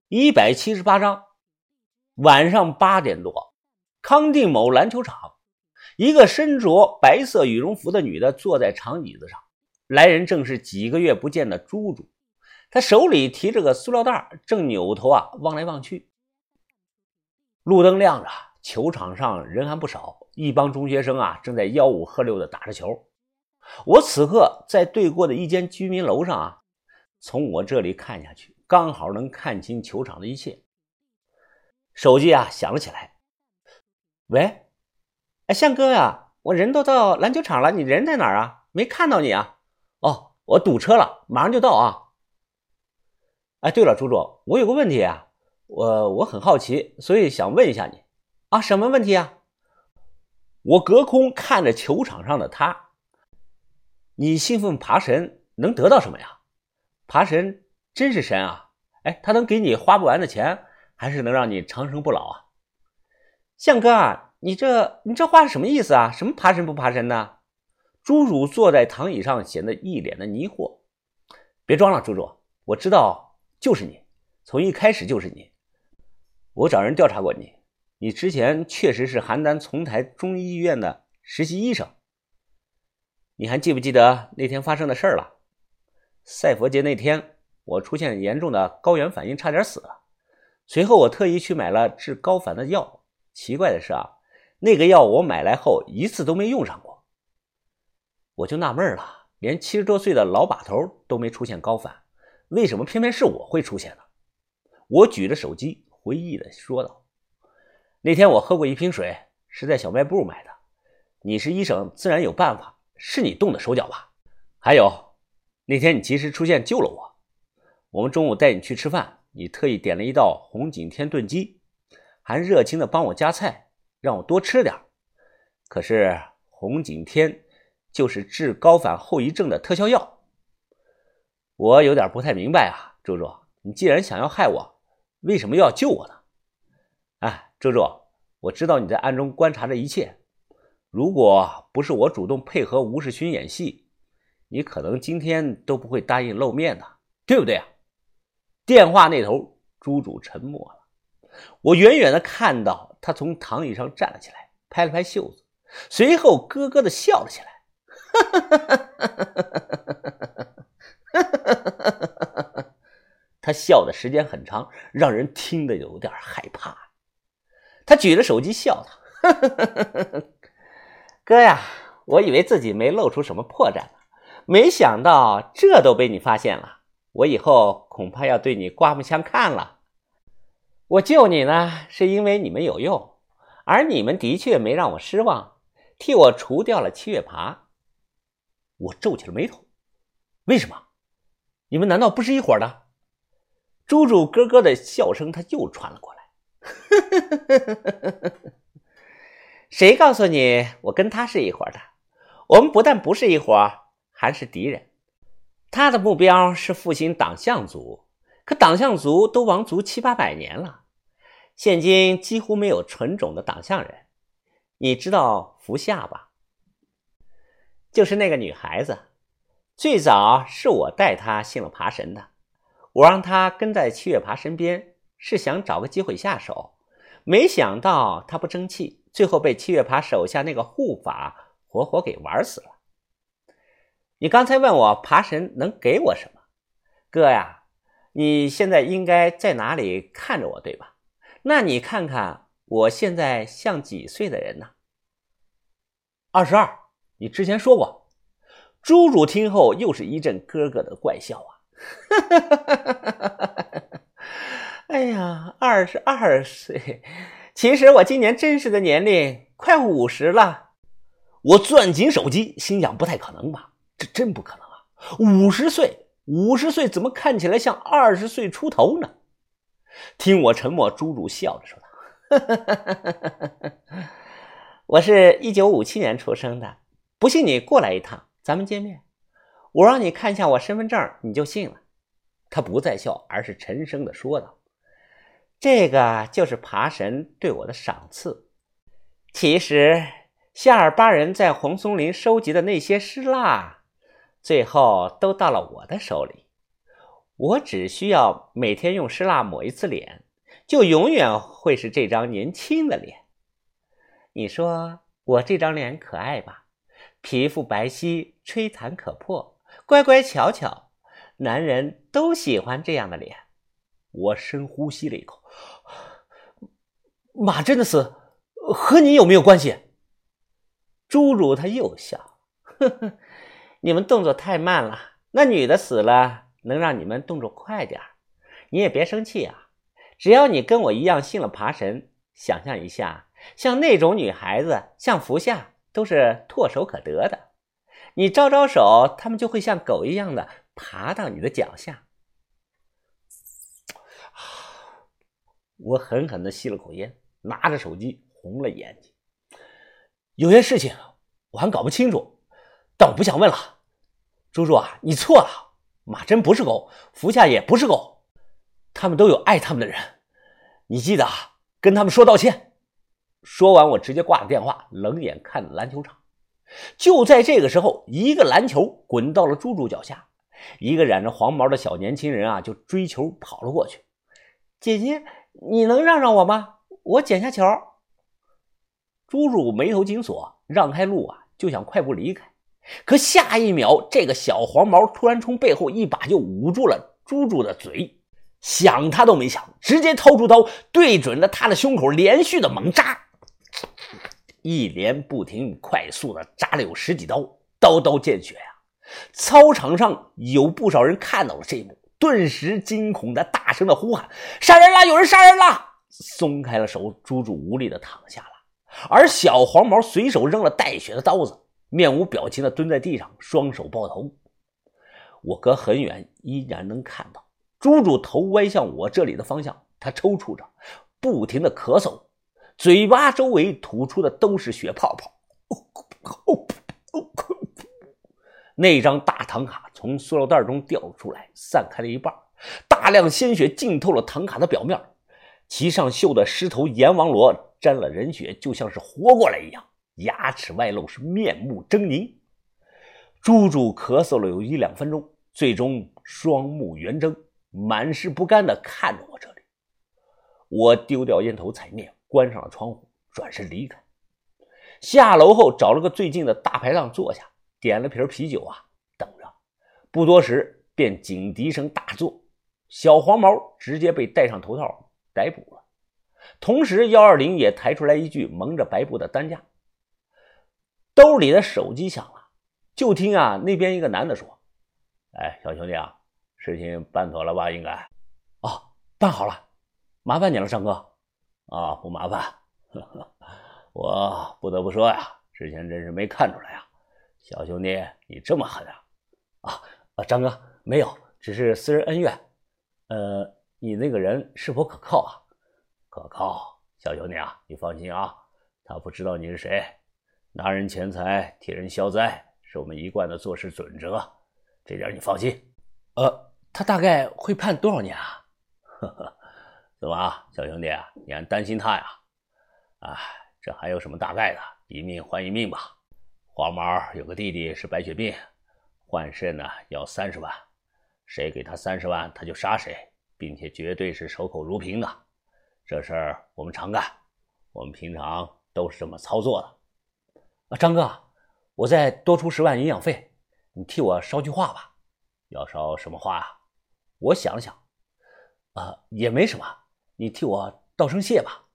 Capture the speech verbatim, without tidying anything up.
一百七十八章。晚上八点多，康定某篮球场，一个身着白色羽绒服的女的坐在长椅子上，来人正是几个月不见的猪猪，她手里提着个塑料袋，正扭头啊望来望去。路灯亮着，球场上人还不少，一帮中学生啊正在吆五喝六的打着球。我此刻在对过的一间居民楼上啊，从我这里看下去，刚好能看清球场的一切。手机啊响了起来。喂，哎，向哥呀，我人都到篮球场了，你人在哪儿啊？没看到你啊。哦，我堵车了，马上就到啊。哎，对了，猪猪，我有个问题啊，我我很好奇，所以想问一下你啊。什么问题啊？我隔空看着球场上的他，你信奉爬神能得到什么呀？爬神真是神啊？哎，他能给你花不完的钱，还是能让你长生不老啊？向哥啊，你这你这话是什么意思啊？什么爬神不爬神呢？猪猪坐在躺椅上，显得一脸的疑惑。别装了，猪猪，我知道就是你，从一开始就是你。我找人调查过你，你之前确实是邯郸丛台中医医院的实习医生。你还记不记得那天发生的事儿了？赛佛节那天，我出现严重的高原反应，差点死了。随后我特意去买了治高反的药。奇怪的是啊，那个药我买来后一次都没用上过。我就纳闷了，连七十多岁的老把头都没出现高反，为什么偏偏是我会出现呢？我举着手机回忆地说道：那天我喝过一瓶水，是在小卖部买的。你是医生，自然有办法，是你动的手脚吧？还有，那天你及时出现救了我。我们中午带你去吃饭，你特意点了一道红景天炖鸡，还热情地帮我夹菜，让我多吃点。可是红景天就是治高反后遗症的特效药。我有点不太明白啊，猪猪，你既然想要害我，为什么又要救我呢？哎，猪猪，我知道你在暗中观察着一切，如果不是我主动配合吴世勋演戏，你可能今天都不会答应露面的，对不对啊？电话那头，猪猪沉默了。我远远地看到他从躺椅上站了起来，拍了拍袖子，随后咯咯地笑了起来。他笑的时间很长，让人听得有点害怕。他举着手机笑道：哥呀，我以为自己没露出什么破绽了，没想到这都被你发现了，我以后恐怕要对你刮目相看了。我救你呢，是因为你们有用，而你们的确没让我失望，替我除掉了七月爬。我皱起了眉头，为什么？你们难道不是一伙的？猪猪咯咯的笑声他又传了过来。谁告诉你我跟他是一伙的？我们不但不是一伙，还是敌人。他的目标是复兴党项族，可党项族都亡族七八百年了，现今几乎没有纯种的党项人。你知道福夏吧？就是那个女孩子，最早是我带她信了爬神的。我让她跟在七月爬身边，是想找个机会下手，没想到她不争气，最后被七月爬手下那个护法活活给玩死了。你刚才问我爬神能给我什么？哥呀，你现在应该在哪里看着我，对吧？那你看看我现在像几岁的人呢？二十二，你之前说过。猪猪听后又是一阵咯咯的怪笑啊。哎呀，二十二岁，其实我今年真实的年龄快五十了。我攥紧手机，心想不太可能吧，这真不可能啊！五十岁，五十岁怎么看起来像二十岁出头呢？听我沉默，猪猪笑着说道：我是一九五七年出生的，不信你过来一趟，咱们见面，我让你看一下我身份证，你就信了。他不再笑，而是沉声地说道：这个就是爬神对我的赏赐。其实夏尔巴人在红松林收集的那些尸蜡，最后都到了我的手里。 我只需要每天用湿蜡抹一次脸，就永远会是这张年轻的脸。你说我这张脸可爱吧？皮肤白皙，吹弹可破，乖乖巧巧，男人都喜欢这样的脸。我深呼吸了一口，马真的死和你有没有关系？猪猪他又笑，呵呵，你们动作太慢了，那女的死了能让你们动作快点，你也别生气啊。只要你跟我一样信了爬神，想象一下，像那种女孩子，像福夏都是唾手可得的，你招招手，她们就会像狗一样的爬到你的脚下。我狠狠地吸了口烟，拿着手机红了眼睛。有些事情我还搞不清楚，但我不想问了。猪猪啊，你错了，马真不是狗，福夏也不是狗，他们都有爱他们的人，你记得啊，跟他们说道歉。说完，我直接挂了电话，冷眼看着篮球场。就在这个时候，一个篮球滚到了猪猪脚下，一个染着黄毛的小年轻人啊，就追球跑了过去。姐姐，你能让让我吗？我捡下球。猪猪眉头紧锁，让开路啊，就想快步离开。可下一秒，这个小黄毛突然从背后一把就捂住了猪猪的嘴，想他都没想，直接掏出刀对准了他的胸口，连续的猛扎，一连不停快速的扎了有十几刀，刀刀见血啊！操场上有不少人看到了这一幕，顿时惊恐的大声的呼喊：杀人了，有人杀人了！松开了手，猪猪无力的躺下了，而小黄毛随手扔了带血的刀子，面无表情的蹲在地上，双手抱头。我隔很远依然能看到猪猪头歪向我这里的方向，他抽搐着，不停的咳嗽，嘴巴周围吐出的都是血泡泡。那张大唐卡从塑料袋中掉出来，散开了一半，大量鲜血浸透了唐卡的表面，其上绣的狮头阎王罗沾了人血，就像是活过来一样，牙齿外露，是面目狰狞。猪猪咳嗽了有一两分钟，最终双目圆睁，满是不甘地看着我这里。我丢掉烟头踩灭，关上了窗户，转身离开。下楼后找了个最近的大排档坐下，点了瓶啤酒啊，等着。不多时便警笛声大作，小黄毛直接被戴上头套逮捕了。同时一二零也抬出来一具蒙着白布的担架。兜里的手机响了，就听啊那边一个男的说：哎，小兄弟啊，事情办妥了吧？应该哦，办好了，麻烦你了，张哥。啊，不麻烦。呵呵，我不得不说呀，之前真是没看出来啊，小兄弟你这么狠啊！啊啊，张哥，没有，只是私人恩怨。呃，你那个人是否可靠啊？可靠，小兄弟啊，你放心啊，他不知道你是谁。拿人钱财替人消灾是我们一贯的做事准则，这点你放心。呃，他大概会判多少年啊？呵呵，怎么小兄弟啊，你还担心他呀？哎，这还有什么大概的，一命换一命吧。黄毛有个弟弟是白血病，换肾呢要三十万，谁给他三十万他就杀谁，并且绝对是守口如瓶的。这事儿我们常干，我们平常都是这么操作的。啊，张哥，我再多出十万营养费，你替我捎句话吧。要捎什么话啊？我想了想，啊，也没什么，你替我道声谢吧。